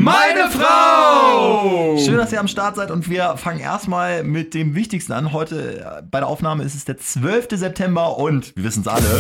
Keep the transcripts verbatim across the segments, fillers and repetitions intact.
Meine Frau! Schön, dass ihr am Start seid und wir fangen erstmal mit dem Wichtigsten an. Heute bei der Aufnahme ist es der zwölfte September und wir wissen es alle.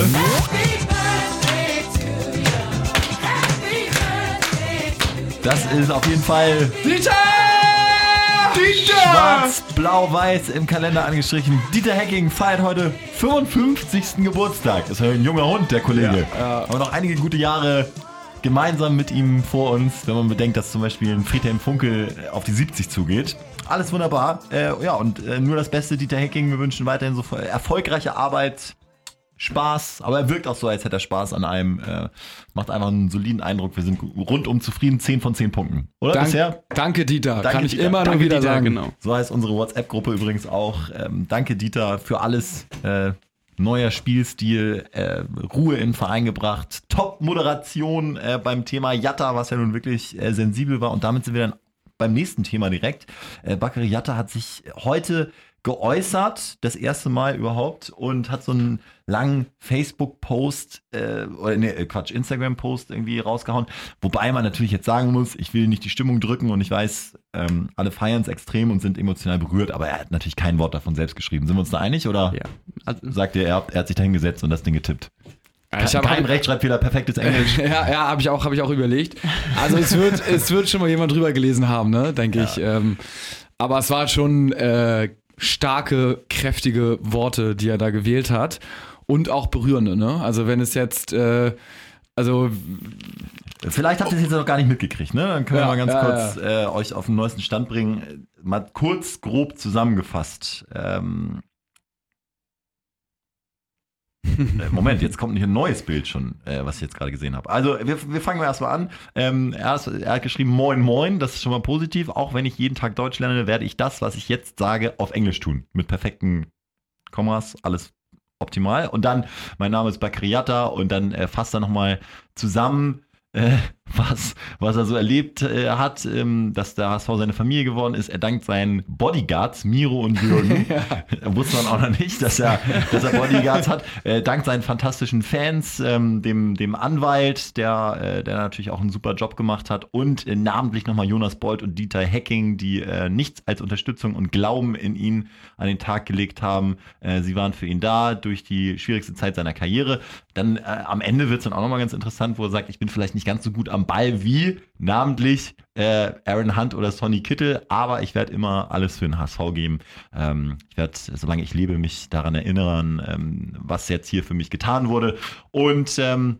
Das ist auf jeden Fall Dieter! Dieter! Schwarz-Blau-Weiß im Kalender angestrichen. Dieter Hecking feiert heute fünfundfünfzigsten Geburtstag. Das ist ja ein junger Hund, der Kollege. Ja, ja. Aber noch einige gute Jahre gemeinsam mit ihm vor uns, wenn man bedenkt, dass zum Beispiel ein Friedhelm Funkel auf die siebzig zugeht. Alles wunderbar. Äh, ja, und äh, nur das Beste, Dieter Hecking. Wir wünschen weiterhin so erfolgreiche Arbeit, Spaß. Aber er wirkt auch so, als hätte er Spaß an einem. Äh, macht einfach einen soliden Eindruck. Wir sind rundum zufrieden. zehn von zehn Punkten. Oder Dank, bisher? Danke, Dieter. Danke, Kann ich Dieter. immer nur Danke, wieder Dieter, sagen. Genau. So heißt unsere WhatsApp-Gruppe übrigens auch. Ähm, danke, Dieter, für alles. Äh, Neuer Spielstil, äh, Ruhe in den Verein gebracht, Top-Moderation äh, beim Thema Jatta, was ja nun wirklich äh, sensibel war. Und damit sind wir dann beim nächsten Thema direkt. Äh, Bakary Jatta hat sich heute geäußert, das erste Mal überhaupt, und hat so einen langen Facebook-Post, äh, oder ne, Quatsch, Instagram-Post irgendwie rausgehauen. Wobei man natürlich jetzt sagen muss, ich will nicht die Stimmung drücken und ich weiß, ähm, alle feiern es extrem und sind emotional berührt, aber er hat natürlich kein Wort davon selbst geschrieben. Sind wir uns da einig, oder Ja. Also, sagt ihr, er hat, er hat sich da hingesetzt und das Ding getippt? Ich Kein, hab kein auch- Rechtschreibfehler, perfektes Englisch. Ja, ja, habe ich auch, habe ich auch überlegt. Also es wird, es wird schon mal jemand drüber gelesen haben, ne, denke Ja. ich. Ähm, aber es waren schon äh, starke, kräftige Worte, die er da gewählt hat und auch berührende, ne? Also wenn es jetzt, äh, also Vielleicht habt ihr es jetzt noch gar nicht mitgekriegt, ne? Dann können wir Ja, mal ganz ja, kurz Äh, euch auf den neuesten Stand bringen. Mal kurz, grob zusammengefasst. Ähm, äh, Moment, jetzt kommt nicht ein neues Bild schon, äh, was ich jetzt gerade gesehen habe. Also wir, wir fangen mal erstmal an. Ähm, er, ist, er hat geschrieben, moin moin, das ist schon mal positiv. Auch wenn ich jeden Tag Deutsch lerne, werde ich das, was ich jetzt sage, auf Englisch tun. Mit perfekten Kommas, alles optimal. Und dann, mein Name ist Bakary Jatta, und dann äh, fasst er nochmal zusammen, äh, was, was er so erlebt äh, hat, ähm, dass der H S V seine Familie geworden ist. Er dankt seinen Bodyguards, Miro und Jürgen. ja. Wusste man auch noch nicht, dass er, dass er Bodyguards hat. Äh, dankt seinen fantastischen Fans, ähm, dem, dem Anwalt, der, äh, der natürlich auch einen super Job gemacht hat, und äh, namentlich nochmal Jonas Bold und Dieter Hecking, die äh, nichts als Unterstützung und Glauben in ihn an den Tag gelegt haben. Äh, sie waren für ihn da durch die schwierigste Zeit seiner Karriere. Dann äh, am Ende wird es dann auch nochmal ganz interessant, wo er sagt, ich bin vielleicht nicht ganz so gut am Ball wie namentlich äh, Aaron Hunt oder Sonny Kittel, aber ich werde immer alles für den H S V geben. Ähm, ich werde, solange ich lebe, mich daran erinnern, ähm, was jetzt hier für mich getan wurde. Und ähm,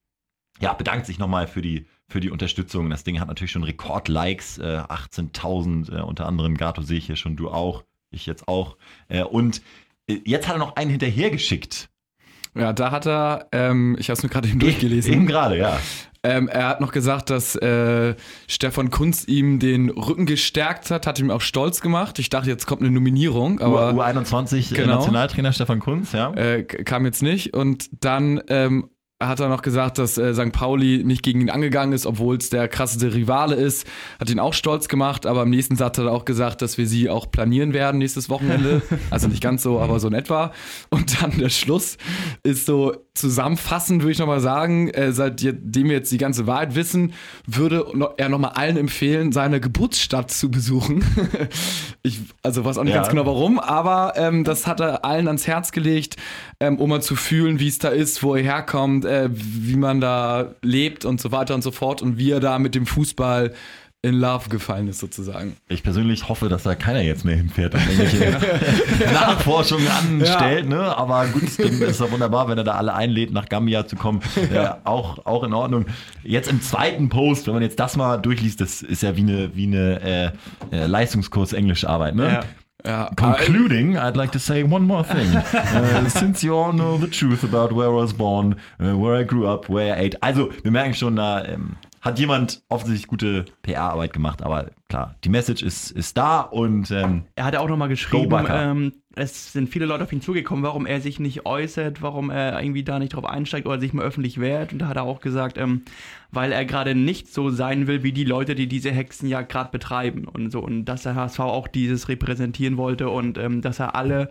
ja, bedankt sich nochmal für die für die Unterstützung. Das Ding hat natürlich schon Rekord-Likes, äh, achtzehntausend, äh, unter anderem Gato sehe ich hier schon, du auch, ich jetzt auch. Äh, und äh, jetzt hat er noch einen hinterhergeschickt. ja, da hat er, ähm, ich habe es mir gerade eben durchgelesen. Eben gerade, ja. Ähm, er hat noch gesagt, dass äh, Stefan Kuntz ihm den Rücken gestärkt hat, hat ihm auch stolz gemacht. Ich dachte, jetzt kommt eine Nominierung, aber U einundzwanzig Genau. Nationaltrainer Stefan Kuntz, ja. äh, k- kam jetzt nicht. Und dann ähm, hat er noch gesagt, dass äh, Sankt Pauli nicht gegen ihn angegangen ist, obwohl es der krasseste Rivale ist. Hat ihn auch stolz gemacht, aber im nächsten Satz hat er auch gesagt, dass wir sie auch planieren werden nächstes Wochenende. Also nicht ganz so, aber so in etwa. Und dann der Schluss ist so zusammenfassend, würde ich nochmal sagen, äh, seitdem wir jetzt die ganze Wahrheit wissen, würde no- er nochmal allen empfehlen, seine Geburtsstadt zu besuchen. ich, also weiß auch nicht Ja. ganz genau warum, aber ähm, das hat er allen ans Herz gelegt, ähm, um mal zu fühlen, wie es da ist, wo er herkommt, äh, wie man da lebt und so weiter und so fort und wie er da mit dem Fußball in Love gefallen ist sozusagen. Ich persönlich hoffe, dass da keiner jetzt mehr hinfährt und irgendwelche Nachforschungen anstellt, ne? Aber gut, dann ist ja wunderbar, wenn er da alle einlädt, nach Gambia zu kommen. Ja, auch, auch in Ordnung. Jetzt im zweiten Post, wenn man jetzt das mal durchliest, das ist ja wie eine, wie eine äh, äh, Leistungskurs Englischarbeit, ne? Ja. Ja, Concluding, I'd like to say one more thing. Uh, since you all know the truth about where I was born, uh, where I grew up, where I ate. Also, wir merken schon, da ähm, hat jemand offensichtlich gute P R-Arbeit gemacht, aber klar, die Message ist, ist da und ähm, Er hat auch nochmal Go geschrieben, Barca. ähm, es sind viele Leute auf ihn zugekommen, warum er sich nicht äußert, warum er irgendwie da nicht drauf einsteigt oder sich mal öffentlich wehrt. Und da hat er auch gesagt, ähm, weil er gerade nicht so sein will wie die Leute, die diese Hexenjagd gerade betreiben und so. Und dass der H S V auch dieses repräsentieren wollte und ähm, dass er alle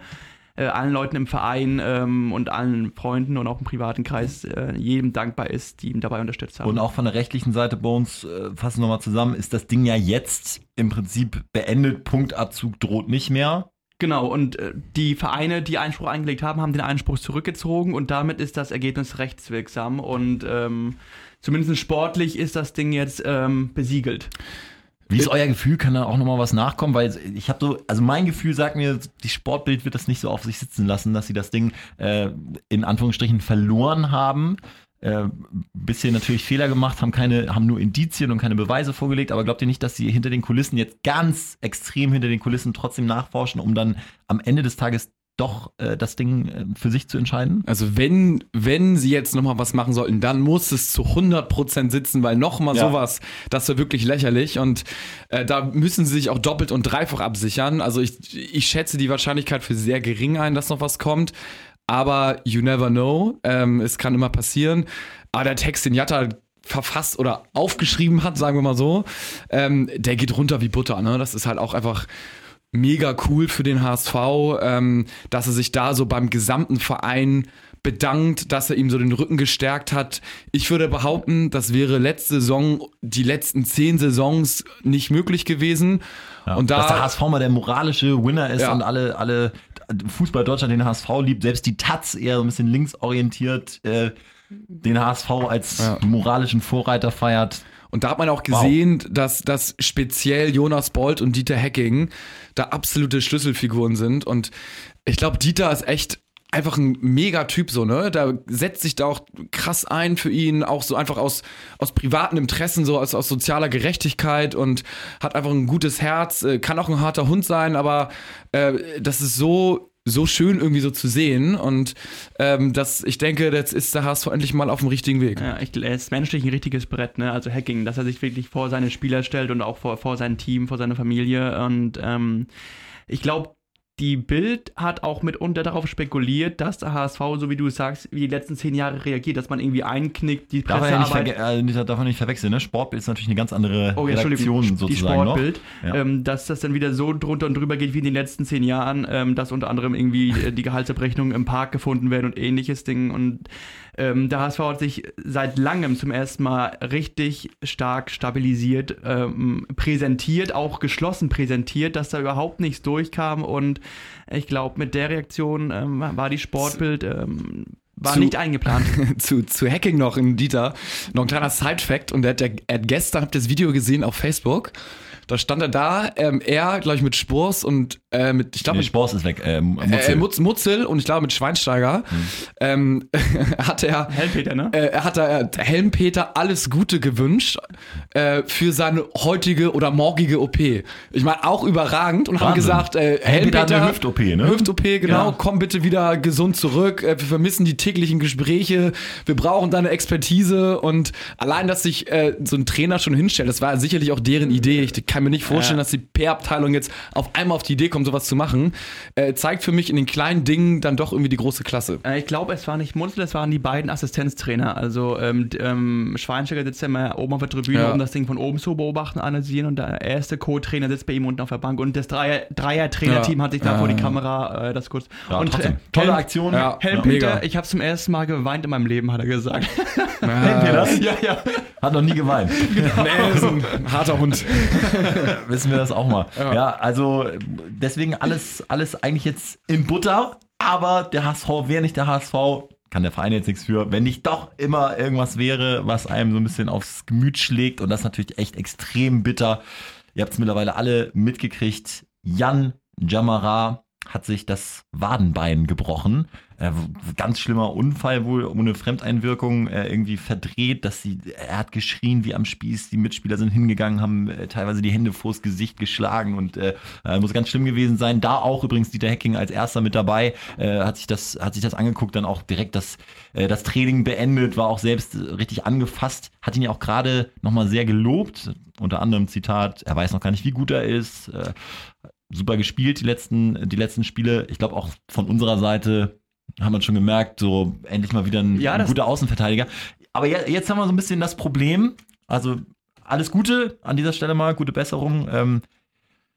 äh, allen Leuten im Verein ähm, und allen Freunden und auch im privaten Kreis äh, jedem dankbar ist, die ihn dabei unterstützt haben. Und auch von der rechtlichen Seite, Bones, äh, fassen wir nochmal zusammen, ist das Ding ja jetzt im Prinzip beendet, Punktabzug droht nicht mehr. Genau, und äh, die Vereine, die Einspruch eingelegt haben, haben den Einspruch zurückgezogen und damit ist das Ergebnis rechtswirksam und ähm, zumindest sportlich ist das Ding jetzt ähm, besiegelt. Wie ist euer Gefühl? Kann da auch nochmal was nachkommen? Weil ich habe so, also mein Gefühl sagt mir, die Sportbild wird das nicht so auf sich sitzen lassen, dass sie das Ding äh, in Anführungsstrichen verloren haben. Äh, bisschen natürlich Fehler gemacht, haben keine, haben nur Indizien und keine Beweise vorgelegt, aber glaubt ihr nicht, dass sie hinter den Kulissen jetzt ganz extrem hinter den Kulissen trotzdem nachforschen, um dann am Ende des Tages doch äh, das Ding äh, für sich zu entscheiden? Also wenn, wenn sie jetzt nochmal was machen sollten, dann muss es zu hundert Prozent sitzen, weil nochmal Ja. sowas, das wäre wirklich lächerlich und äh, da müssen sie sich auch doppelt und dreifach absichern. Also ich, ich schätze die Wahrscheinlichkeit für sehr gering ein, dass noch was kommt. Aber you never know, ähm, es kann immer passieren. Aber der Text, den Jatta verfasst oder aufgeschrieben hat, sagen wir mal so, ähm, der geht runter wie Butter. Ne? Das ist halt auch einfach mega cool für den H S V, ähm, dass er sich da so beim gesamten Verein bedankt, dass er ihm so den Rücken gestärkt hat. Ich würde behaupten, das wäre letzte Saison, die letzten zehn Saisons nicht möglich gewesen. Ja, und da, dass der H S V mal der moralische Winner ist Ja. und alle, alle Fußball Deutschland den H S V liebt, selbst die Taz eher so ein bisschen linksorientiert äh, den H S V als Ja. moralischen Vorreiter feiert. Und da hat man auch gesehen, wow. dass, dass speziell Jonas Bolt und Dieter Hecking da absolute Schlüsselfiguren sind. Und ich glaube, Dieter ist echt einfach ein Megatyp so, ne? Da setzt sich da auch krass ein für ihn, auch so einfach aus, aus privaten Interessen, so aus, aus sozialer Gerechtigkeit und hat einfach ein gutes Herz, äh, kann auch ein harter Hund sein, aber äh, das ist so so schön irgendwie so zu sehen und ähm, das, ich denke, jetzt ist der H S V endlich mal auf dem richtigen Weg. Ja, ich, er ist menschlich ein richtiges Brett, ne? Also Hacking, dass er sich wirklich vor seine Spieler stellt und auch vor, vor sein Team, vor seine Familie und ähm, ich glaube, die Bild hat auch mitunter darauf spekuliert, dass der H S V, so wie du sagst, wie die letzten zehn Jahre reagiert, dass man irgendwie einknickt, die Darf man ja nicht, Pressearbeit. verge- äh, darf man nicht verwechseln, ne? Sportbild ist natürlich eine ganz andere Oh, ja, Redaktion Entschuldigung, sozusagen die Sportbild, noch. Ja. ähm, dass das dann wieder so drunter und drüber geht wie in den letzten zehn Jahren, ähm, dass unter anderem irgendwie äh, die Gehaltsabrechnungen im Park gefunden werden und ähnliches Ding und ähm, der H S V hat sich seit langem zum ersten Mal richtig stark stabilisiert, ähm, präsentiert, auch geschlossen präsentiert, dass da überhaupt nichts durchkam und ich glaube, mit der Reaktion ähm, war die Sportbild ähm, war Zu- nicht eingeplant. zu, zu Hacking noch in Dieter, noch ein kleiner Side-Fact und der hat, der, er hat gestern, habt ihr das Video gesehen auf Facebook, da stand er da, ähm, er, glaube ich, mit Spurs und äh, mit, ich glaube, Nee, mit Spors ist weg. Äh, Mutzel. Äh, Mutz, Mutzel und ich glaube mit Schweinsteiger Mhm. ähm, hat er Helmpeter, ne? äh, hat er Helmpeter alles Gute gewünscht äh, für seine heutige oder morgige O P. Ich meine, auch überragend und haben Wahnsinn. gesagt, äh, Helmpeter hat Helmpeter, eine Hüft-O P, ne? Hüft-O P, genau, Ja. komm bitte wieder gesund zurück. Äh, wir vermissen die täglichen Gespräche, wir brauchen deine Expertise und allein, dass sich äh, so ein Trainer schon hinstellt, das war sicherlich auch deren Idee. Ich kann mir nicht vorstellen, Ja. dass die P R-Abteilung jetzt auf einmal auf die Idee kommt, sowas zu machen. Äh, zeigt für mich in den kleinen Dingen dann doch irgendwie die große Klasse. Äh, Ich glaube, es war nicht Mutzel, es waren die beiden Assistenztrainer. Also ähm, d- ähm, Schweinsteiger sitzt ja immer oben auf der Tribüne, Ja. um das Ding von oben zu beobachten, analysieren und der erste Co-Trainer sitzt bei ihm unten auf der Bank und das Dreier- Dreier-Trainer-Team Ja. hat sich da Ja, vor die ja. Kamera äh, das kurz... Ja, und trotzdem. äh, Tolle Helm- Aktion. Ja. Helmpeter, mega. ich habe zum ersten Mal geweint in meinem Leben, hat er gesagt. Kennt ihr das? ja, ja. Hat noch nie geweint. Nee, so ein harter Hund. Wissen wir das auch mal. Ja, Ja. also deswegen alles, alles eigentlich jetzt in Butter, aber der H S V wäre nicht der H S V, kann der Verein jetzt nichts für, wenn nicht doch immer irgendwas wäre, was einem so ein bisschen aufs Gemüt schlägt und das ist natürlich echt extrem bitter. Ihr habt es mittlerweile alle mitgekriegt. Jan Jamara hat sich das Wadenbein gebrochen. Äh, ganz schlimmer Unfall wohl, ohne Fremdeinwirkung, äh, irgendwie verdreht, dass sie, er hat geschrien wie am Spieß, die Mitspieler sind hingegangen, haben äh, teilweise die Hände vors Gesicht geschlagen und äh, äh, muss ganz schlimm gewesen sein. Da auch übrigens Dieter Hecking als erster mit dabei, äh, hat sich das, hat sich das angeguckt, dann auch direkt das, äh, das Training beendet, war auch selbst äh, richtig angefasst, hat ihn ja auch gerade nochmal sehr gelobt, unter anderem Zitat, er weiß noch gar nicht, wie gut er ist, äh, super gespielt, die letzten, die letzten Spiele. Ich glaube auch von unserer Seite haben wir schon gemerkt, so endlich mal wieder ein, Ja, ein das- guter Außenverteidiger. Aber je- jetzt haben wir so ein bisschen das Problem, also alles Gute an dieser Stelle mal, gute Besserung. Ähm,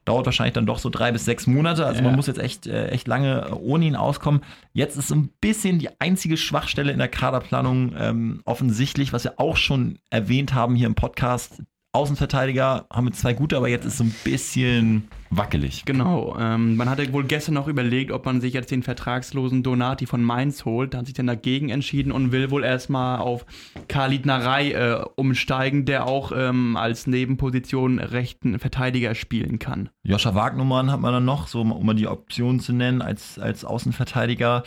dauert wahrscheinlich dann doch so drei bis sechs Monate. Also ja. man muss jetzt echt, äh, echt lange ohne ihn auskommen. Jetzt ist so ein bisschen die einzige Schwachstelle in der Kaderplanung ähm, offensichtlich, was wir auch schon erwähnt haben hier im Podcast. Außenverteidiger haben wir zwei gute, aber jetzt ist so ein bisschen wackelig. Genau. Ähm, man hatte wohl gestern noch überlegt, ob man sich jetzt den vertragslosen Donati von Mainz holt. Da hat sich dann dagegen entschieden und will wohl erstmal auf Khalid Narei äh, umsteigen, der auch ähm, als Nebenposition rechten Verteidiger spielen kann. Joscha Wagnumann hat man dann noch, so um mal die Option zu nennen, als, als Außenverteidiger.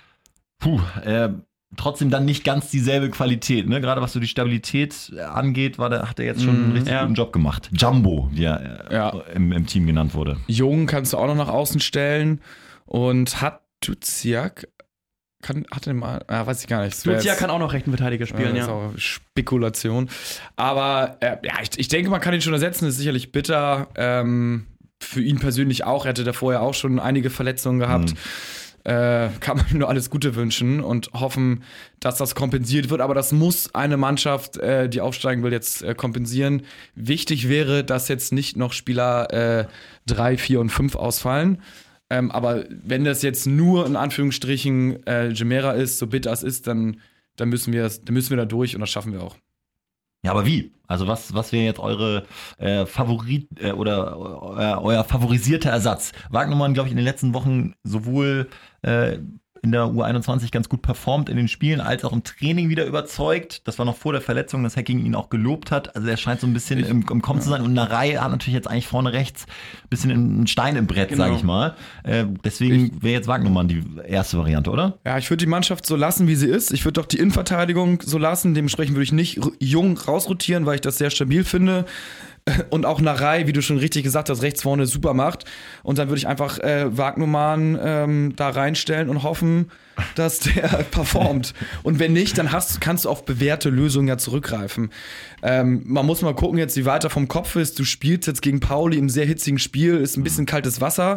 Puh, äh, trotzdem dann nicht ganz dieselbe Qualität, ne? Gerade was so die Stabilität angeht, war der, hat er jetzt schon einen richtig ja. guten Job gemacht. Jumbo, wie er äh, ja. im, im Team genannt wurde. Jung kannst du auch noch nach außen stellen und hat Duziak, kann, hat er mal, ah, weiß ich gar nicht. Duziak kann auch noch rechten Verteidiger spielen, äh, ja. Das ist auch Spekulation. Aber äh, ja, ich, ich denke, man kann ihn schon ersetzen, das ist sicherlich bitter. Ähm, für ihn persönlich auch, er hatte da vorher auch schon einige Verletzungen gehabt. Mhm. Äh, kann man nur alles Gute wünschen und hoffen, dass das kompensiert wird. Aber das muss eine Mannschaft, äh, die aufsteigen will, jetzt äh, kompensieren. Wichtig wäre, dass jetzt nicht noch Spieler äh, drei, vier und fünf ausfallen. Ähm, aber wenn das jetzt nur in Anführungsstrichen äh, Gemera ist, so bitter es ist, dann, dann, müssen wir, dann müssen wir da durch und das schaffen wir auch. Ja, aber wie? Also was, was wäre jetzt eure äh, Favorit äh, oder äh, euer favorisierter Ersatz? Wagnumann, glaube ich, in den letzten Wochen sowohl äh, in der U einundzwanzig ganz gut performt in den Spielen, als auch im Training wieder überzeugt. Das war noch vor der Verletzung, dass Hacking ihn auch gelobt hat. Also er scheint so ein bisschen ich, im, im Kommen ja. zu sein. Und Narei hat natürlich jetzt eigentlich vorne rechts ein bisschen ein Stein im Brett, genau. sage ich mal. Äh, deswegen wäre jetzt Wagnumann die erste Variante, oder? Ja, ich würde die Mannschaft so lassen, wie sie ist. Ich würde doch die Innenverteidigung so lassen. Dementsprechend würde ich nicht Jung rausrotieren, weil ich das sehr stabil finde. Und auch Narei, wie du schon richtig gesagt hast, rechts vorne super macht. Und dann würde ich einfach äh, Wagnumann ähm, da reinstellen und hoffen, dass der performt. Und wenn nicht, dann hast, kannst du auf bewährte Lösungen ja zurückgreifen. Ähm, man muss mal gucken jetzt, wie weit er vom Kopf ist. Du spielst jetzt gegen Pauli im sehr hitzigen Spiel, ist ein bisschen kaltes Wasser.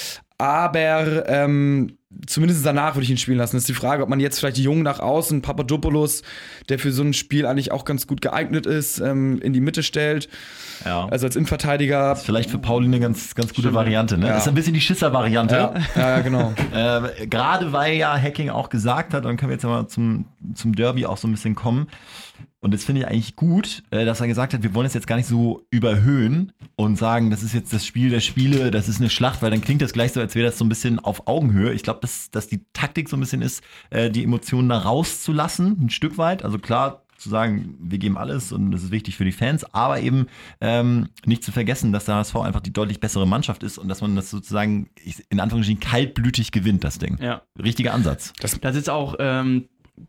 Aber ähm, zumindest danach würde ich ihn spielen lassen. Das ist die Frage, ob man jetzt vielleicht die Jungen nach außen, Papadopoulos, der für so ein Spiel eigentlich auch ganz gut geeignet ist, ähm, in die Mitte stellt. Ja. Also als Innenverteidiger. Das ist vielleicht für Pauli eine ganz, ganz gute Stimmt. Variante. Ne? Ja. Das ist ein bisschen die Schisser-Variante. Ja, ja genau. äh, Gerade weil ja Hacking auch gesagt hat, und dann können wir jetzt mal zum, zum Derby auch so ein bisschen kommen. Und das finde ich eigentlich gut, dass er gesagt hat, wir wollen es jetzt gar nicht so überhöhen und sagen, das ist jetzt das Spiel der Spiele, das ist eine Schlacht, weil dann klingt das gleich so, als wäre das so ein bisschen auf Augenhöhe. Ich glaube, dass, dass die Taktik so ein bisschen ist, die Emotionen da rauszulassen, ein Stück weit. Also klar, zu sagen, wir geben alles und das ist wichtig für die Fans, aber eben ähm, nicht zu vergessen, dass der H S V einfach die deutlich bessere Mannschaft ist und dass man das sozusagen in Anführungsstrichen kaltblütig gewinnt, das Ding. Ja. Richtiger Ansatz. Das, das ist auch... Ähm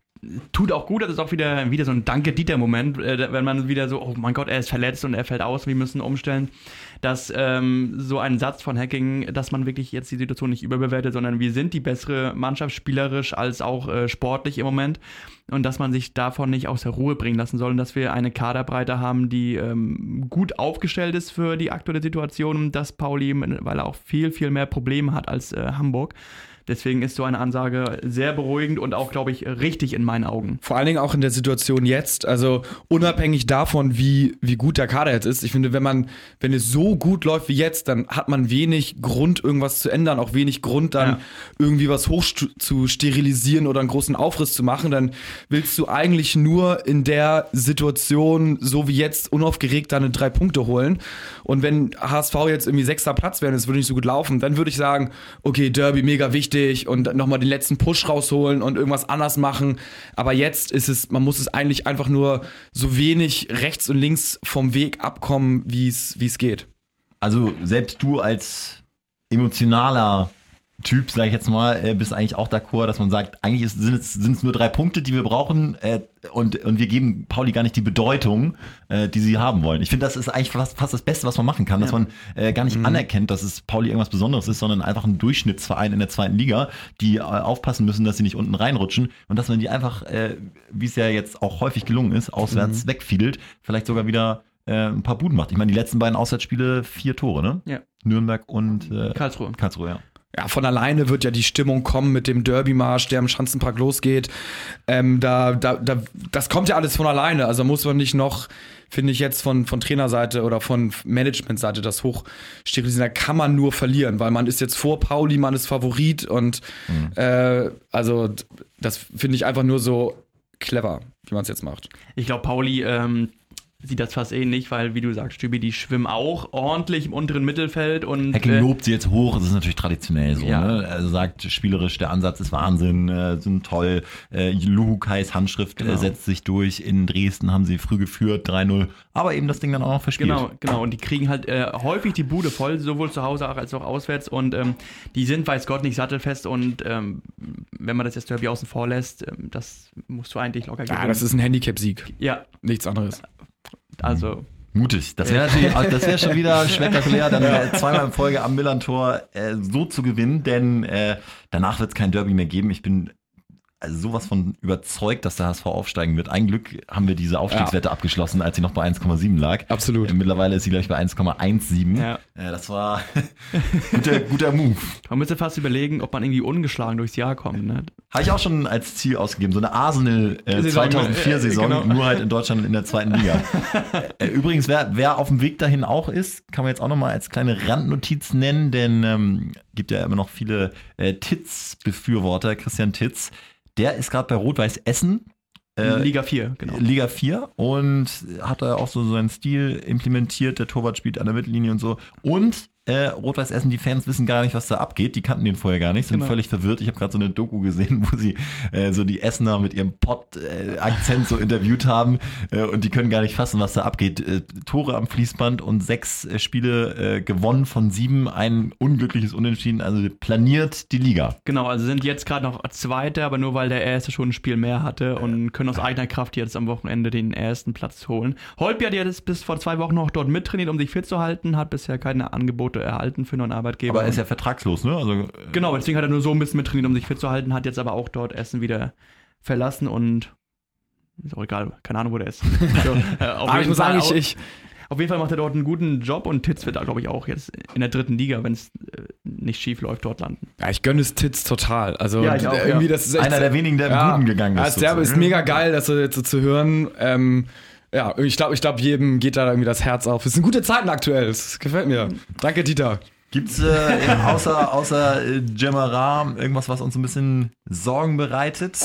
tut auch gut, das ist auch wieder, wieder so ein Danke-Dieter-Moment, äh, wenn man wieder so, oh mein Gott, er ist verletzt und er fällt aus, wir müssen umstellen, dass ähm, so ein Satz von Hacking, dass man wirklich jetzt die Situation nicht überbewertet, sondern wir sind die bessere Mannschaft, spielerisch als auch äh, sportlich im Moment und dass man sich davon nicht aus der Ruhe bringen lassen soll und dass wir eine Kaderbreite haben, die ähm, gut aufgestellt ist für die aktuelle Situation, dass Pauli, weil er auch viel, viel mehr Probleme hat als äh, Hamburg. Deswegen ist so eine Ansage sehr beruhigend und auch, glaube ich, richtig in meinen Augen. Vor allen Dingen auch in der Situation jetzt, also unabhängig davon, wie, wie gut der Kader jetzt ist. Ich finde, wenn man, wenn es so gut läuft wie jetzt, dann hat man wenig Grund, irgendwas zu ändern, auch wenig Grund, dann ja. irgendwie was hoch zu sterilisieren oder einen großen Aufriss zu machen. Dann willst du eigentlich nur in der Situation, so wie jetzt, unaufgeregt deine drei Punkte holen. Und wenn H S V jetzt irgendwie sechster Platz wäre und es würde nicht so gut laufen, dann würde ich sagen, okay, Derby, mega wichtig, und nochmal den letzten Push rausholen und irgendwas anders machen. Aber jetzt ist es, man muss es eigentlich einfach nur so wenig rechts und links vom Weg abkommen, wie es wie es geht. Also selbst du als emotionaler Typ, sag ich jetzt mal, äh, bist eigentlich auch d'accord, dass man sagt, eigentlich ist, sind, es, sind es nur drei Punkte, die wir brauchen äh, und, und wir geben Pauli gar nicht die Bedeutung, äh, die sie haben wollen. Ich finde, das ist eigentlich fast, fast das Beste, was man machen kann, ja. dass man äh, gar nicht mhm. anerkennt, dass es Pauli irgendwas Besonderes ist, sondern einfach ein Durchschnittsverein in der zweiten Liga, die äh, aufpassen müssen, dass sie nicht unten reinrutschen und dass man die einfach, äh, wie es ja jetzt auch häufig gelungen ist, auswärts mhm. wegfiedelt, vielleicht sogar wieder äh, ein paar Buden macht. Ich meine, die letzten beiden Auswärtsspiele, vier Tore, ne? Ja. Nürnberg und äh, Karlsruhe. Karlsruhe, ja. ja, von alleine wird ja die Stimmung kommen mit dem Derby-Marsch, der im Schanzenpark losgeht. Ähm, da, da, da, das kommt ja alles von alleine. Also muss man nicht noch, finde ich jetzt von, von Trainerseite oder von Managementseite das hochsterilisierten. Da kann man nur verlieren, weil man ist jetzt vor Pauli, man ist Favorit und mhm. äh, also das finde ich einfach nur so clever, wie man es jetzt macht. Ich glaube, Pauli ähm sieht das fast ähnlich, weil, wie du sagst, Stübi, die schwimmen auch ordentlich im unteren Mittelfeld. Und Hecking äh, lobt sie jetzt hoch, das ist natürlich traditionell so. Ja. Ne? Er sagt, spielerisch, der Ansatz ist Wahnsinn, äh, sind toll. Äh, Luhukais Handschrift genau. äh, setzt sich durch. In Dresden haben sie früh geführt, drei null, aber eben das Ding dann auch noch verspielt. Genau, genau. Und die kriegen halt äh, häufig die Bude voll, sowohl zu Hause als auch auswärts. Und ähm, die sind, weiß Gott, nicht sattelfest. Und ähm, wenn man das jetzt Derby außen vor lässt, ähm, das musst du eigentlich locker gewinnen. Ja, das ist ein Handicap-Sieg. Ja. Nichts anderes. Also mutig. Das wäre natürlich, das wäre schon wieder spektakulär, dann ja. zweimal in Folge am Millantor äh, so zu gewinnen, denn äh, danach wird es kein Derby mehr geben. Ich bin also sowas von überzeugt, dass der H S V aufsteigen wird. Ein Glück haben wir diese Aufstiegswette ja. abgeschlossen, als sie noch bei eins Komma sieben lag. Absolut. Äh, mittlerweile ist sie, glaube ich, bei eins Komma siebzehn. Ja. Äh, das war guter, guter Move. Man müsste fast überlegen, ob man irgendwie ungeschlagen durchs Jahr kommt. Ne? Habe ich auch schon als Ziel ausgegeben. So eine Arsenal äh, zweitausendvier-Saison, äh, genau. nur halt in Deutschland in der zweiten Liga. äh, übrigens, wer, wer auf dem Weg dahin auch ist, kann man jetzt auch nochmal als kleine Randnotiz nennen, denn ähm, gibt ja immer noch viele äh, Titz-Befürworter. Christian Titz, der ist gerade bei Rot-Weiß Essen. Äh, Liga vier, genau. Liga vier und hat da auch so seinen Stil implementiert. Der Torwart spielt an der Mittellinie und so. Und äh, Rot-Weiß Essen, die Fans wissen gar nicht, was da abgeht. Die kannten den vorher gar nicht, sind genau. völlig verwirrt. Ich habe gerade so eine Doku gesehen, wo sie äh, so die Essener mit ihrem Pott-Akzent äh, so interviewt haben äh, und die können gar nicht fassen, was da abgeht. Äh, Tore am Fließband und sechs äh, Spiele äh, gewonnen von sieben, ein unglückliches Unentschieden, also planiert die Liga. Genau, also sind jetzt gerade noch Zweiter, aber nur weil der Erste schon ein Spiel mehr hatte und können aus eigener Kraft jetzt am Wochenende den ersten Platz holen. Holtby hat jetzt bis vor zwei Wochen noch dort mittrainiert, um sich fit zu halten, hat bisher keine Angebote erhalten für einen Arbeitgeber. Aber er ist ja vertragslos, ne? Also, genau, deswegen hat er nur so ein bisschen mittrainiert, um sich fit zu halten, hat jetzt aber auch dort Essen wieder verlassen und ist auch egal, keine Ahnung, wo der ist. Also, äh, auf aber ich muss sagen, ich, ich auf jeden Fall macht er dort einen guten Job und Titz wird da, glaube ich, auch jetzt in der dritten Liga, wenn es äh, nicht schief läuft, dort landen. Ja, ich gönne es Titz total. Also ja, ich auch, irgendwie, ja. das ist echt einer der wenigen, der ja, im Guten gegangen ist. Also der ist mega geil, das so, so zu hören. Ähm, ja, ich glaube, ich glaub, jedem geht da irgendwie das Herz auf. Es sind gute Zeiten aktuell, das gefällt mir. Danke, Dieter. Gibt's äh, außer, außer äh, Djemara irgendwas, was uns ein bisschen Sorgen bereitet?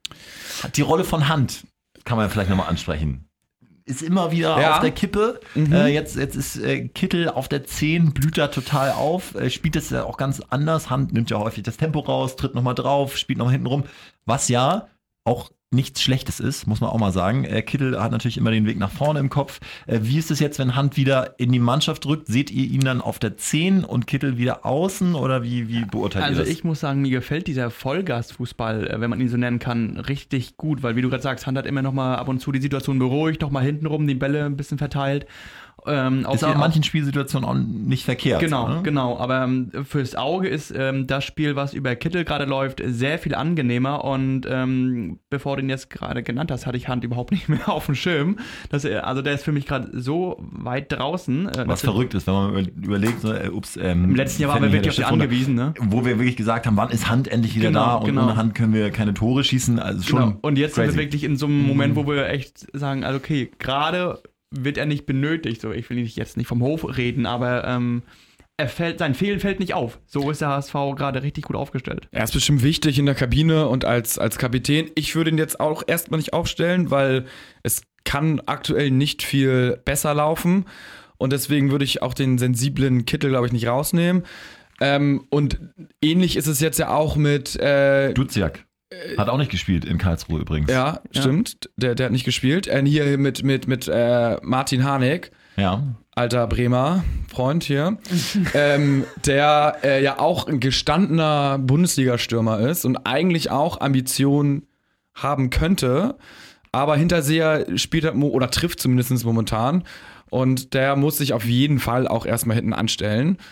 Die Rolle von Hand kann man vielleicht nochmal ansprechen. Ist immer wieder ja. auf der Kippe. Mhm. Äh, jetzt, jetzt ist äh, Kittel auf der zehn, blüht da total auf. Äh, spielt das ja auch ganz anders. Hand nimmt ja häufig das Tempo raus, tritt nochmal drauf, spielt nochmal hinten rum. Was ja auch nichts Schlechtes ist, muss man auch mal sagen. Äh, Kittel hat natürlich immer den Weg nach vorne im Kopf. Äh, wie ist es jetzt, wenn Hand wieder in die Mannschaft rückt? Seht ihr ihn dann auf der zehn und Kittel wieder außen oder wie, wie beurteilt also ihr das? Also ich muss sagen, mir gefällt dieser Vollgasfußball, äh, wenn man ihn so nennen kann, richtig gut, weil wie du gerade sagst, Hand hat immer noch mal ab und zu die Situation beruhigt, noch mal hintenrum die Bälle ein bisschen verteilt. Ähm, ist aber in manchen Spielsituationen auch nicht verkehrt. Genau, ne? genau. Aber ähm, fürs Auge ist ähm, das Spiel, was über Kittel gerade läuft, sehr viel angenehmer. Und ähm, bevor du ihn jetzt gerade genannt hast, hatte ich Hand überhaupt nicht mehr auf dem Schirm. Das, also der ist für mich gerade so weit draußen. Äh, was verrückt ist, wenn man überlegt, so, äh, ups, ähm, im letzten Jahr waren wir wirklich auf die angewiesen, ne? Wo wir wirklich gesagt haben, wann ist Hand endlich wieder genau, da und genau. ohne Hand können wir keine Tore schießen. Also schon genau. Und jetzt crazy. sind wir wirklich in so einem Moment, wo wir echt sagen, also okay, gerade wird er nicht benötigt. So, ich will nicht jetzt nicht vom Hof reden, aber ähm, er fällt, sein Fehlen fällt nicht auf. So ist der H S V gerade richtig gut aufgestellt. Er ist bestimmt wichtig in der Kabine und als, als Kapitän. Ich würde ihn jetzt auch erstmal nicht aufstellen, weil es kann aktuell nicht viel besser laufen. Und deswegen würde ich auch den sensiblen Kittel, glaube ich, nicht rausnehmen. Ähm, und ähnlich ist es jetzt ja auch mit äh, Duziak. Hat auch nicht gespielt in Karlsruhe übrigens. Ja, stimmt. Ja. Der, der hat nicht gespielt. Äh, hier mit, mit, mit äh, Martin Harnik. Ja. Alter Bremer Freund hier. ähm, der äh, ja auch ein gestandener Bundesliga-Stürmer ist und eigentlich auch Ambitionen haben könnte. Aber Hinterseher spielt er, oder trifft zumindest momentan. Und der muss sich auf jeden Fall auch erstmal hinten anstellen.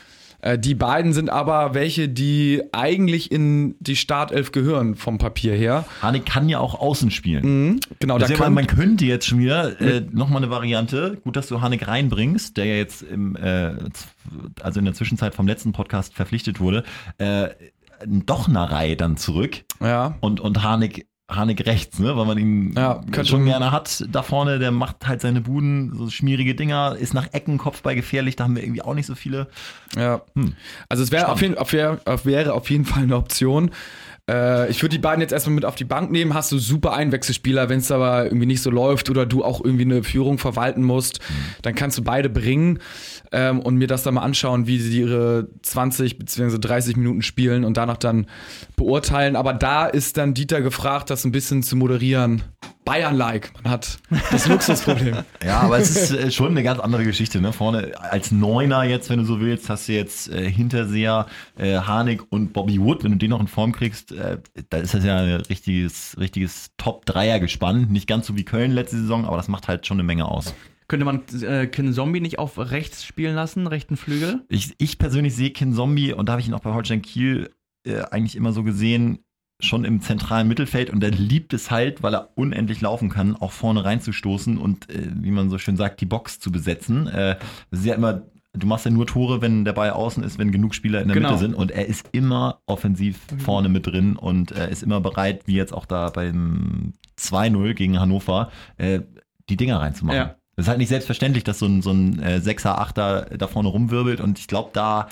Äh, die beiden sind aber welche, die eigentlich in die Startelf gehören vom Papier her. Harnik kann ja auch außen spielen. Mhm, genau, da ja, kann man könnte jetzt schon wieder äh, nochmal eine Variante, gut, dass du Harnik reinbringst, der ja jetzt im, äh, also in der Zwischenzeit vom letzten Podcast verpflichtet wurde, äh, doch eine Reihe dann zurück ja. und, und Harnik Harnik rechts, ne, weil man ihn ja, schon gerne hat da vorne, der macht halt seine Buden, so schmierige Dinger, ist nach Ecken Kopfball gefährlich, da haben wir irgendwie auch nicht so viele. Ja, hm. also es wäre auf jeden, auf, wäre auf jeden Fall eine Option. Äh, ich würde die beiden jetzt erstmal mit auf die Bank nehmen, hast du super Einwechselspieler, wenn es aber irgendwie nicht so läuft oder du auch irgendwie eine Führung verwalten musst, mhm. dann kannst du beide bringen ähm, und mir das dann mal anschauen, wie sie ihre zwanzig bzw. dreißig Minuten spielen und danach dann beurteilen. Aber da ist dann Dieter gefragt, das ein bisschen zu moderieren. Bayern-like, man hat das Luxusproblem. Ja, aber es ist äh, schon eine ganz andere Geschichte, ne? Vorne als Neuner jetzt, wenn du so willst, hast du jetzt äh, Hinterseher, äh, Harnik und Bobby Wood. Wenn du den noch in Form kriegst, äh, da ist das ja ein richtiges, richtiges Top-Dreier-Gespann. Nicht ganz so wie Köln letzte Saison, aber das macht halt schon eine Menge aus. Könnte man äh, Kin Zombie nicht auf rechts spielen lassen, rechten Flügel? Ich, ich persönlich sehe Kin Zombie, und da habe ich ihn auch bei Holstein Kiel äh, eigentlich immer so gesehen, schon im zentralen Mittelfeld, und er liebt es halt, weil er unendlich laufen kann, auch vorne reinzustoßen und, äh, wie man so schön sagt, die Box zu besetzen. Äh, das ist ja immer, du machst ja nur Tore, wenn der Ball außen ist, wenn genug Spieler in der genau. Mitte sind, und er ist immer offensiv vorne mit drin und er ist immer bereit, wie jetzt auch da beim zwei null gegen Hannover, äh, die Dinger reinzumachen. Ja. Das ist halt nicht selbstverständlich, dass so ein, so ein äh, Sechser, Achter da vorne rumwirbelt, und ich glaube, da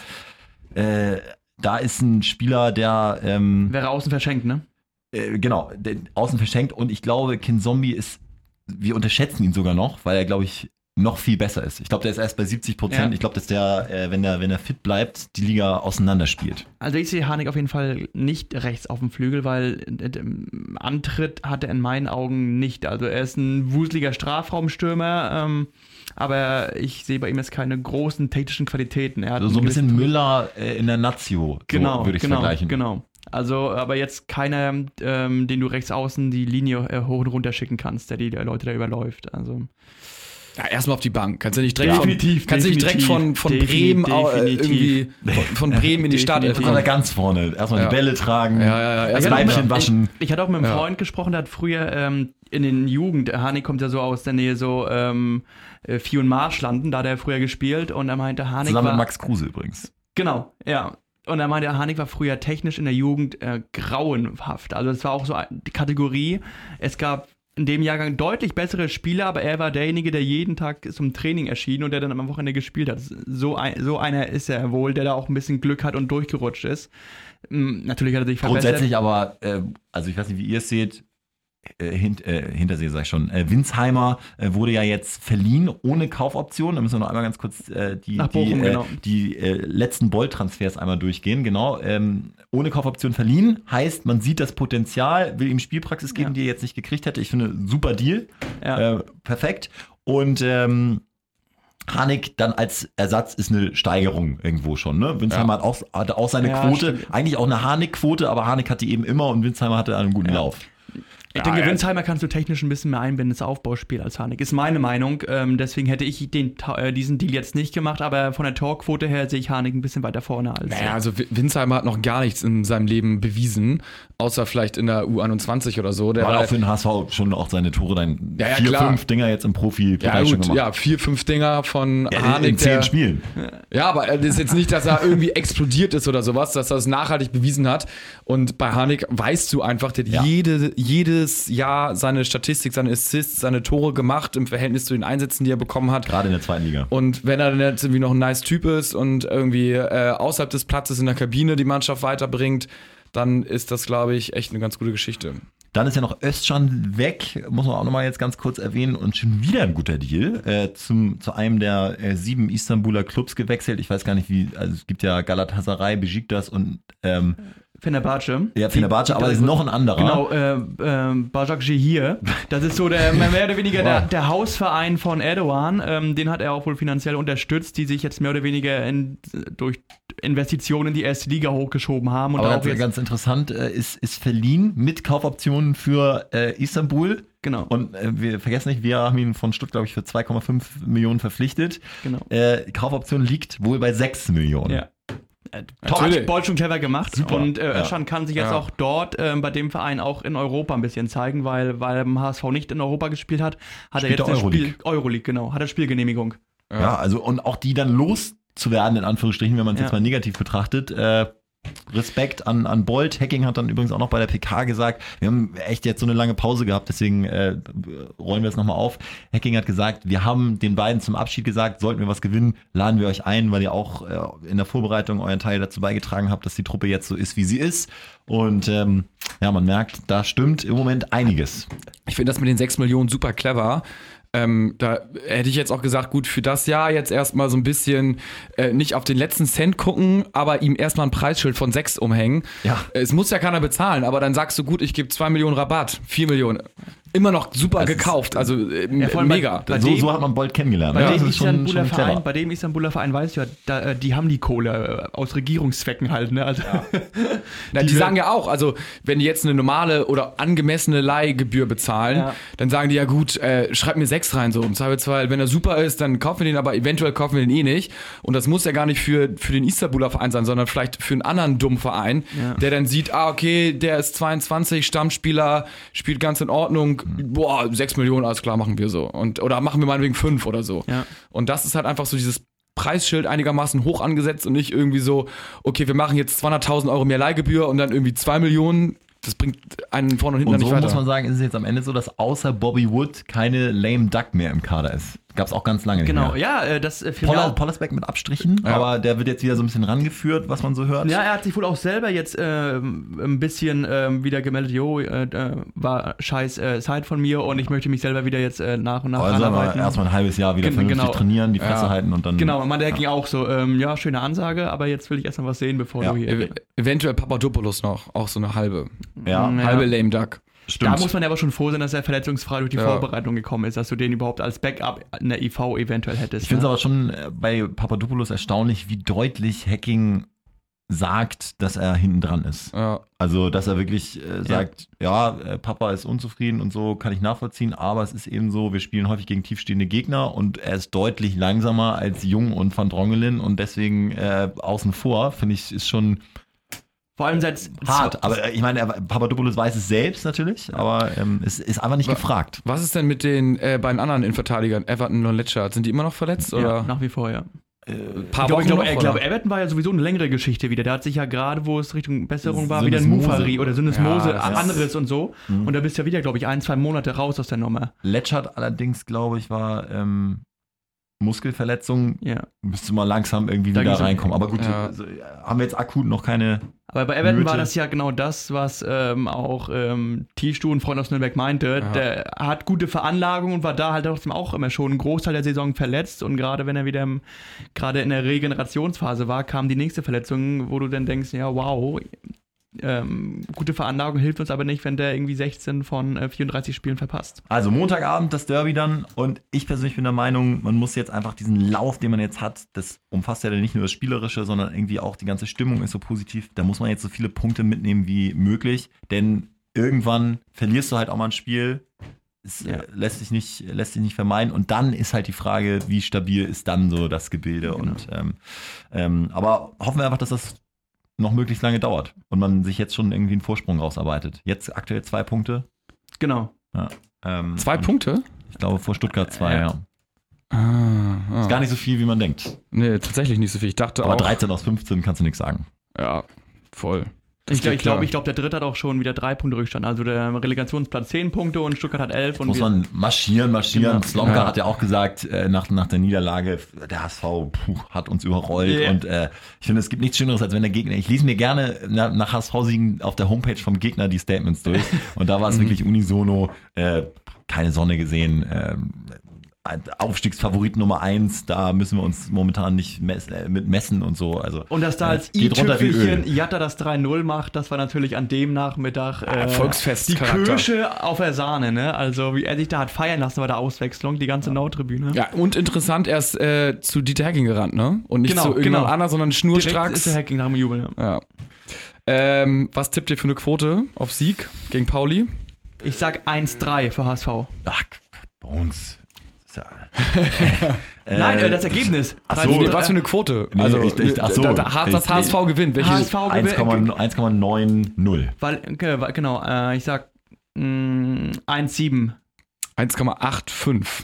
äh, Da ist ein Spieler, der ähm, wäre außen verschenkt, ne? Äh, genau, der außen verschenkt, und ich glaube, Kin Zombie ist, wir unterschätzen ihn sogar noch, weil er, glaube ich, noch viel besser ist. Ich glaube, der ist erst bei siebzig Prozent. Ja. Ich glaube, dass der, äh, wenn der, wenn er fit bleibt, die Liga auseinanderspielt. Also ich sehe Harnik auf jeden Fall nicht rechts auf dem Flügel, weil äh, Antritt hat er in meinen Augen nicht. Also er ist ein wuseliger Strafraumstürmer, ähm, aber ich sehe bei ihm jetzt keine großen technischen Qualitäten. Er hat also so ein bisschen Müller äh, in der Nazio, genau, so würde ich genau, vergleichen. Genau. Also, aber jetzt keiner, ähm, den du rechts außen die Linie äh, hoch und runter schicken kannst, der die der Leute da überläuft. Also ja, erstmal auf die Bank. Kannst du nicht direkt, definitiv, von, kannst du nicht direkt von, von Bremen äh, irgendwie von, von Bremen in die Stadt. Also ganz vorne. Erstmal ja. die Bälle tragen, ja, ja, ja. das Leibchen waschen. Ich, ich hatte auch mit einem ja. Freund gesprochen, der hat früher ähm, in den Jugend, Harnik kommt ja so aus der Nähe so ähm, Vieh- und Marschlanden, da hat er früher gespielt, und er meinte, Harnik Zusammen war, mit Max Kruse übrigens. Genau, ja. Und er meinte, Harnik war früher technisch in der Jugend äh, grauenhaft. Also es war auch so die Kategorie, es gab in dem Jahrgang deutlich bessere Spieler, aber er war derjenige, der jeden Tag zum Training erschien und der dann am Wochenende gespielt hat. So, ein, so einer ist er wohl, der da auch ein bisschen Glück hat und durchgerutscht ist. Natürlich hat er sich verbessert. Grundsätzlich aber, äh, also ich weiß nicht, wie ihr es seht, Äh, hint, äh, Hintersee sag ich schon. Äh, Winsheimer äh, wurde ja jetzt verliehen ohne Kaufoption. Da müssen wir noch einmal ganz kurz äh, die, Nach Bochum, die, äh, genau. die äh, letzten Boll-Transfers einmal durchgehen. Genau. Ähm, ohne Kaufoption verliehen heißt, man sieht das Potenzial, will ihm Spielpraxis geben, ja. die er jetzt nicht gekriegt hätte. Ich finde, super Deal. Ja. Äh, perfekt. Und ähm, Harnik dann als Ersatz ist eine Steigerung irgendwo schon. Ne? Winsheimer ja. hat, auch, hat auch seine ja, Quote. Stimmt. Eigentlich auch eine Harnik-Quote, aber Harnik hat die eben immer, und Winsheimer hatte einen guten ja. Lauf. Ich ja, denke, Winsheimer kannst du technisch ein bisschen mehr einbinden ins Aufbauspiel als Harnik. Ist meine Meinung. Ähm, deswegen hätte ich den, äh, diesen Deal jetzt nicht gemacht, aber von der Torquote her sehe ich Harnik ein bisschen weiter vorne als. Naja, also Winsheimer hat noch gar nichts in seinem Leben bewiesen, außer vielleicht in der U einundzwanzig oder so. Der war war auch für den H S V schon auch seine Tore, dann ja, ja, vier, klar. fünf Dinger jetzt im Profi. Ja, gut, ja, vier, fünf Dinger von ja, Harnik. In zehn der, Spielen. Ja, aber das ist jetzt nicht, dass er irgendwie explodiert ist oder sowas, dass er es nachhaltig bewiesen hat. Und bei Harnik weißt du einfach, der hat ja. jede, jedes Jahr seine Statistik, seine Assists, seine Tore gemacht im Verhältnis zu den Einsätzen, die er bekommen hat. Gerade in der zweiten Liga. Und wenn er dann jetzt irgendwie noch ein nice Typ ist und irgendwie äh, außerhalb des Platzes in der Kabine die Mannschaft weiterbringt, dann ist das, glaube ich, echt eine ganz gute Geschichte. Dann ist ja noch Özcan weg, muss man auch nochmal jetzt ganz kurz erwähnen, und schon wieder ein guter Deal. Äh, zum, zu einem der äh, sieben Istanbuler Clubs gewechselt. Ich weiß gar nicht, wie, also es gibt ja Galatasaray, Besiktas und ähm, Fenerbahce. Ja, Fenerbahce, aber es ist noch ein anderer. Genau, äh, äh, Başakşehir. Das ist so der mehr oder weniger der, der Hausverein von Erdogan. Ähm, den hat er auch wohl finanziell unterstützt, die sich jetzt mehr oder weniger in, durch Investitionen in die erste Liga hochgeschoben haben. Und aber auch jetzt ganz interessant, äh, ist, ist verliehen mit Kaufoptionen für äh, Istanbul. Genau. Und äh, wir vergessen nicht, wir haben ihn von Stutt, glaube ich, für zwei Komma fünf Millionen verpflichtet. Genau. Äh, Kaufoption liegt wohl bei sechs Millionen. Ja. äh, Natürlich. Bold schon clever gemacht. Super. Und äh, Ja. Özcan kann sich jetzt Ja. auch dort äh, bei dem Verein auch in Europa ein bisschen zeigen, weil, weil er im H S V nicht in Europa gespielt hat, hat Spielt er jetzt er das Euroleague. Spiel, Euroleague, genau, hat er Spielgenehmigung. Ja, also und auch die dann loszuwerden, in Anführungsstrichen, wenn man es Ja. jetzt mal negativ betrachtet. Äh, Respekt an, an Bolt. Hacking hat dann übrigens auch noch bei der P K gesagt, wir haben echt jetzt so eine lange Pause gehabt, deswegen äh, rollen wir es nochmal auf. Hacking hat gesagt, wir haben den beiden zum Abschied gesagt, sollten wir was gewinnen, laden wir euch ein, weil ihr auch äh, in der Vorbereitung euren Teil dazu beigetragen habt, dass die Truppe jetzt so ist, wie sie ist. Und ähm, ja, man merkt, da stimmt im Moment einiges. Ich finde das mit den sechs Millionen super clever. Ähm, da hätte ich jetzt auch gesagt, gut, für das Jahr jetzt erstmal so ein bisschen äh, nicht auf den letzten Cent gucken, aber ihm erstmal ein Preisschild von sechs umhängen. Ja. Es muss ja keiner bezahlen, aber dann sagst du, gut, ich gebe zwei Millionen Rabatt, vier Millionen. Immer noch super Das ist- gekauft, also äh, Ja, vor allem bei- mega. bei so, dem- so hat man Bolt kennengelernt. Bei, Ja, dem das ist schon- Istanbuler schon clever. Verein, bei dem Istanbuler Verein weiß ich ja, da, äh, die haben die Kohle äh, aus Regierungszwecken halt. Ne? Also, Na, die Die sagen ja auch, also wenn die jetzt eine normale oder angemessene Leihgebühr bezahlen, Ja. dann sagen die ja gut, äh, schreib mir sechs rein so im Zweifelsfall. Wenn er super ist, dann kaufen wir den, aber eventuell kaufen wir den eh nicht. Und das muss ja gar nicht für, für den Istanbuler Verein sein, sondern vielleicht für einen anderen dummen Verein, Ja. der dann sieht, ah okay, der ist zweiundzwanzig, Stammspieler, spielt ganz in Ordnung, boah, sechs Millionen, alles klar, machen wir so. Und, oder machen wir meinetwegen fünf oder so. Ja. Und das ist halt einfach so dieses Preisschild einigermaßen hoch angesetzt und nicht irgendwie so, okay, wir machen jetzt zweihunderttausend Euro mehr Leihgebühr und dann irgendwie zwei Millionen. Das bringt einen vorne und hinten Und nicht so weiter. muss man sagen, ist es jetzt am Ende so, dass außer Bobby Wood keine lame Duck mehr im Kader ist. Gab es auch ganz lange genau, nicht mehr. ja, äh, das äh, fiel mir Poller, auch- Pollersbeck mit Abstrichen, Ja. aber der wird jetzt wieder so ein bisschen rangeführt, was man so hört. Ja, er hat sich wohl auch selber jetzt ähm, ein bisschen ähm, wieder gemeldet, jo, äh, äh, war scheiß äh, Zeit von mir und ich möchte mich selber wieder jetzt äh, nach und nach Also aber ranarbeiten. erstmal ein halbes Jahr wieder Gen- vernünftig genau. trainieren, die Fresse Ja. halten und dann. Genau, man, der ging auch so, ähm, ja, schöne Ansage, aber jetzt will ich erstmal was sehen, bevor Ja. du hier... Ev eventuell Papadopoulos noch, auch so eine halbe. Ja, Ja. Halbe Lame Duck. stimmt. Da muss man ja aber schon froh sein, dass er verletzungsfrei durch die Ja. Vorbereitung gekommen ist, dass du den überhaupt als Backup in der I V eventuell hättest. Ich finde es ne? aber schon äh, bei Papadopoulos erstaunlich, wie deutlich Hacking sagt, dass er hinten dran ist. Ja. Also, dass er wirklich äh, sagt, ja, äh, Papa ist unzufrieden und so, kann ich nachvollziehen, aber es ist eben so, wir spielen häufig gegen tiefstehende Gegner und er ist deutlich langsamer als Jung und Van Drongelen und deswegen äh, außen vor, finde ich, ist schon Vor allem seit... hart. Aber äh, ich meine, er- Papadopoulos weiß es selbst natürlich, aber ähm, es ist einfach nicht Wa- gefragt. Was ist denn mit den äh, beiden anderen Innenverteidigern, Everton und Letchard? Sind die immer noch verletzt? Ja, Oder? nach wie vor, ja. Ein paar Ich glaube, ich glaube, noch, ich glaube, oder? Everton war ja sowieso eine längere Geschichte wieder. Der hat sich ja gerade, wo es Richtung Besserung war, Syndesmose. wieder ein Mufari oder Syndesmose, Ja, das ist- Anriss und so. Und da bist du ja wieder, glaube ich, ein, zwei Monate raus aus der Nummer. Letchard allerdings, glaube ich, war ähm, Muskelverletzung. Ja. Müsste mal langsam irgendwie Da wieder ging's- reinkommen. Aber gut, Ja. also, haben wir jetzt akut noch keine. Aber bei Everton war Nöte. das ja genau das, was ähm, auch ähm, Tischtu, ein Freund aus Nürnberg, meinte. Ja. Der hat gute Veranlagung und war da halt trotzdem auch immer schon einen Großteil der Saison verletzt. Und gerade wenn er wieder im, gerade in der Regenerationsphase war, kam die nächste Verletzung, wo du dann denkst, ja, wow, ähm, gute Veranlagung hilft uns aber nicht, wenn der irgendwie sechzehn von äh, vierunddreißig Spielen verpasst. Also Montagabend das Derby dann und ich persönlich bin der Meinung, man muss jetzt einfach diesen Lauf, den man jetzt hat, das umfasst ja dann nicht nur das Spielerische, sondern irgendwie auch die ganze Stimmung ist so positiv. Da muss man jetzt so viele Punkte mitnehmen wie möglich, denn irgendwann verlierst du halt auch mal ein Spiel. Es Ja. äh, lässt sich nicht, lässt sich nicht vermeiden und dann ist halt die Frage, wie stabil ist dann so das Gebilde Genau. und ähm, ähm, aber hoffen wir einfach, dass das noch möglichst lange dauert und man sich jetzt schon irgendwie einen Vorsprung rausarbeitet. Jetzt aktuell zwei Punkte. Genau. Ähm, Zwei und Punkte? Ich glaube vor Stuttgart zwei, Ja. ja. Ah, ah. Ist gar nicht so viel, wie man denkt. Nee, tatsächlich nicht so viel. Ich dachte Aber auch. dreizehn aus fünfzehn kannst du nichts sagen. Ja, voll. Das Ich glaube, geht ich glaube, klar. ich glaub, der Dritte hat auch schon wieder drei Punkte Rückstand. Also der Relegationsplatz zehn Punkte und Stuttgart hat elf. Und Muss wir, man marschieren, marschieren. Genau. Slomka Ja. hat ja auch gesagt, äh, nach, nach der Niederlage, der H S V puh, hat uns überrollt. Yeah. Und äh, ich finde, es gibt nichts Schöneres, als wenn der Gegner, ich lese mir gerne na, nach H S V-Siegen auf der Homepage vom Gegner die Statements durch. Und da war es wirklich unisono, äh, keine Sonne gesehen, ähm, Aufstiegsfavorit Nummer eins, da müssen wir uns momentan nicht mess, äh, mit messen und so. Also, und dass da äh, als geht runter wie i-Tüpfelchen Öl. Jatta das drei null macht, das war natürlich an dem Nachmittag äh, die Volksfestcharakter. Kirsche auf der Sahne, ne? Also wie er sich da hat feiern lassen bei der Auswechslung, die ganze Nordtribüne. Ja, und interessant, er ist äh, zu Dieter Hecking gerannt, ne? Und nicht Genau, zu irgendjemand genau. anderem, sondern Direkt schnurstracks. ist der Hacking nach dem Jubeln. Ja. Ja. Ähm, was tippt ihr für eine Quote auf Sieg gegen Pauli? Ich sag eins drei für H S V. Ach, bei uns. Ja. Nein, äh, das Ergebnis. Ach so. Nee, was für eine Quote? Nee, also, ich- ich- ach so. da, da, das H S V gewinnt. Welche, H S V gewinnt. eins Komma neun null. Weil, okay, genau, äh, ich sag mh, eins Komma sieben. eins Komma fünfundachtzig.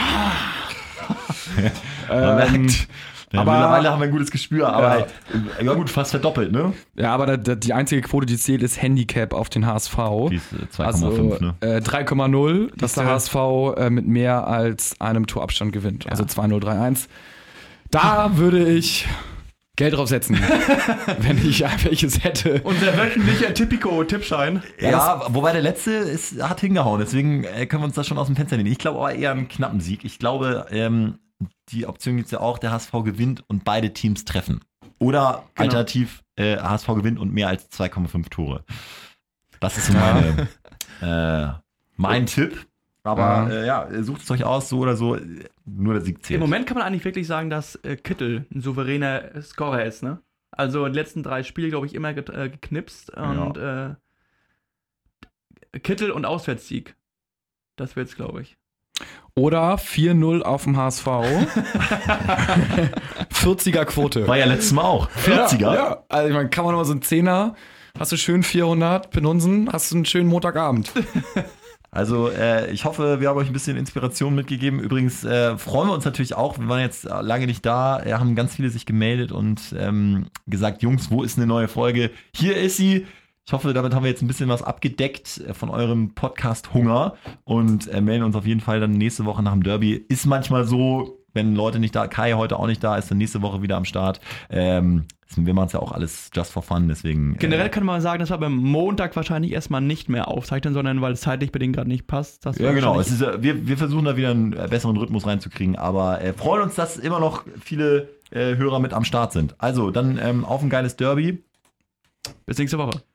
Man merkt, ja, aber- mittlerweile haben wir ein gutes Gespür, aber Ja. ja, gut, fast verdoppelt, ne? Ja, aber da, da, die einzige Quote, die zählt, ist Handicap auf den H S V. Die ist äh, zwei Komma Also fünf, ne? äh, drei Komma null, dass der ja- H S V äh, mit mehr als einem Torabstand gewinnt. Also zwei null drei eins. Da würde ich Geld drauf setzen, wenn ich welches hätte. Unser wöchentlicher Tipico-Tippschein. Ja, wobei der letzte ist, hat hingehauen, deswegen äh, können wir uns das schon aus dem Fenster nehmen. Ich glaube aber eher einen knappen Sieg. Ich glaube, ähm, die Option gibt es ja auch, der H S V gewinnt und beide Teams treffen. Oder Genau. alternativ äh, H S V gewinnt und mehr als zwei Komma fünf Tore. Das ist so meine, äh, mein Tipp. Aber äh, ja, sucht es euch aus, so oder so. Nur der Sieg zählt. Im Moment kann man eigentlich wirklich sagen, dass äh, Kittel ein souveräner Scorer ist, ne? Also in den letzten drei Spielen, glaube ich, immer get, äh, geknipst. Und äh, Kittel und Auswärtssieg. Das wird's, glaube ich. Oder vier null auf dem H S V. vierziger Quote. War ja letztes Mal auch. vierziger? Ja, ja. Also ich meine, kann man noch mal so einen Zehner, hast du schön vierhundert Penunsen, hast du einen schönen Montagabend. Also äh, ich hoffe, wir haben euch ein bisschen Inspiration mitgegeben. Übrigens äh, freuen wir uns natürlich auch, wir waren jetzt lange nicht da, äh, haben ganz viele sich gemeldet und ähm, gesagt, Jungs, wo ist eine neue Folge? Hier ist sie. Ich hoffe, damit haben wir jetzt ein bisschen was abgedeckt von eurem Podcast Hunger und äh, melden uns auf jeden Fall dann nächste Woche nach dem Derby. Ist manchmal so, wenn Leute nicht da, Kai heute auch nicht da ist, dann nächste Woche wieder am Start. Ähm, wir machen es ja auch alles just for fun, deswegen. Generell äh, kann man sagen, dass wir beim Montag wahrscheinlich erstmal nicht mehr aufzeichnen, sondern weil es zeitlich bei denen gerade nicht passt. Dass wir Ja, genau. wahrscheinlich- Es ist, äh, wir, wir versuchen da wieder einen äh, besseren Rhythmus reinzukriegen, aber äh, freuen uns, dass immer noch viele äh, Hörer mit am Start sind. Also, dann ähm, auf ein geiles Derby. Bis nächste Woche.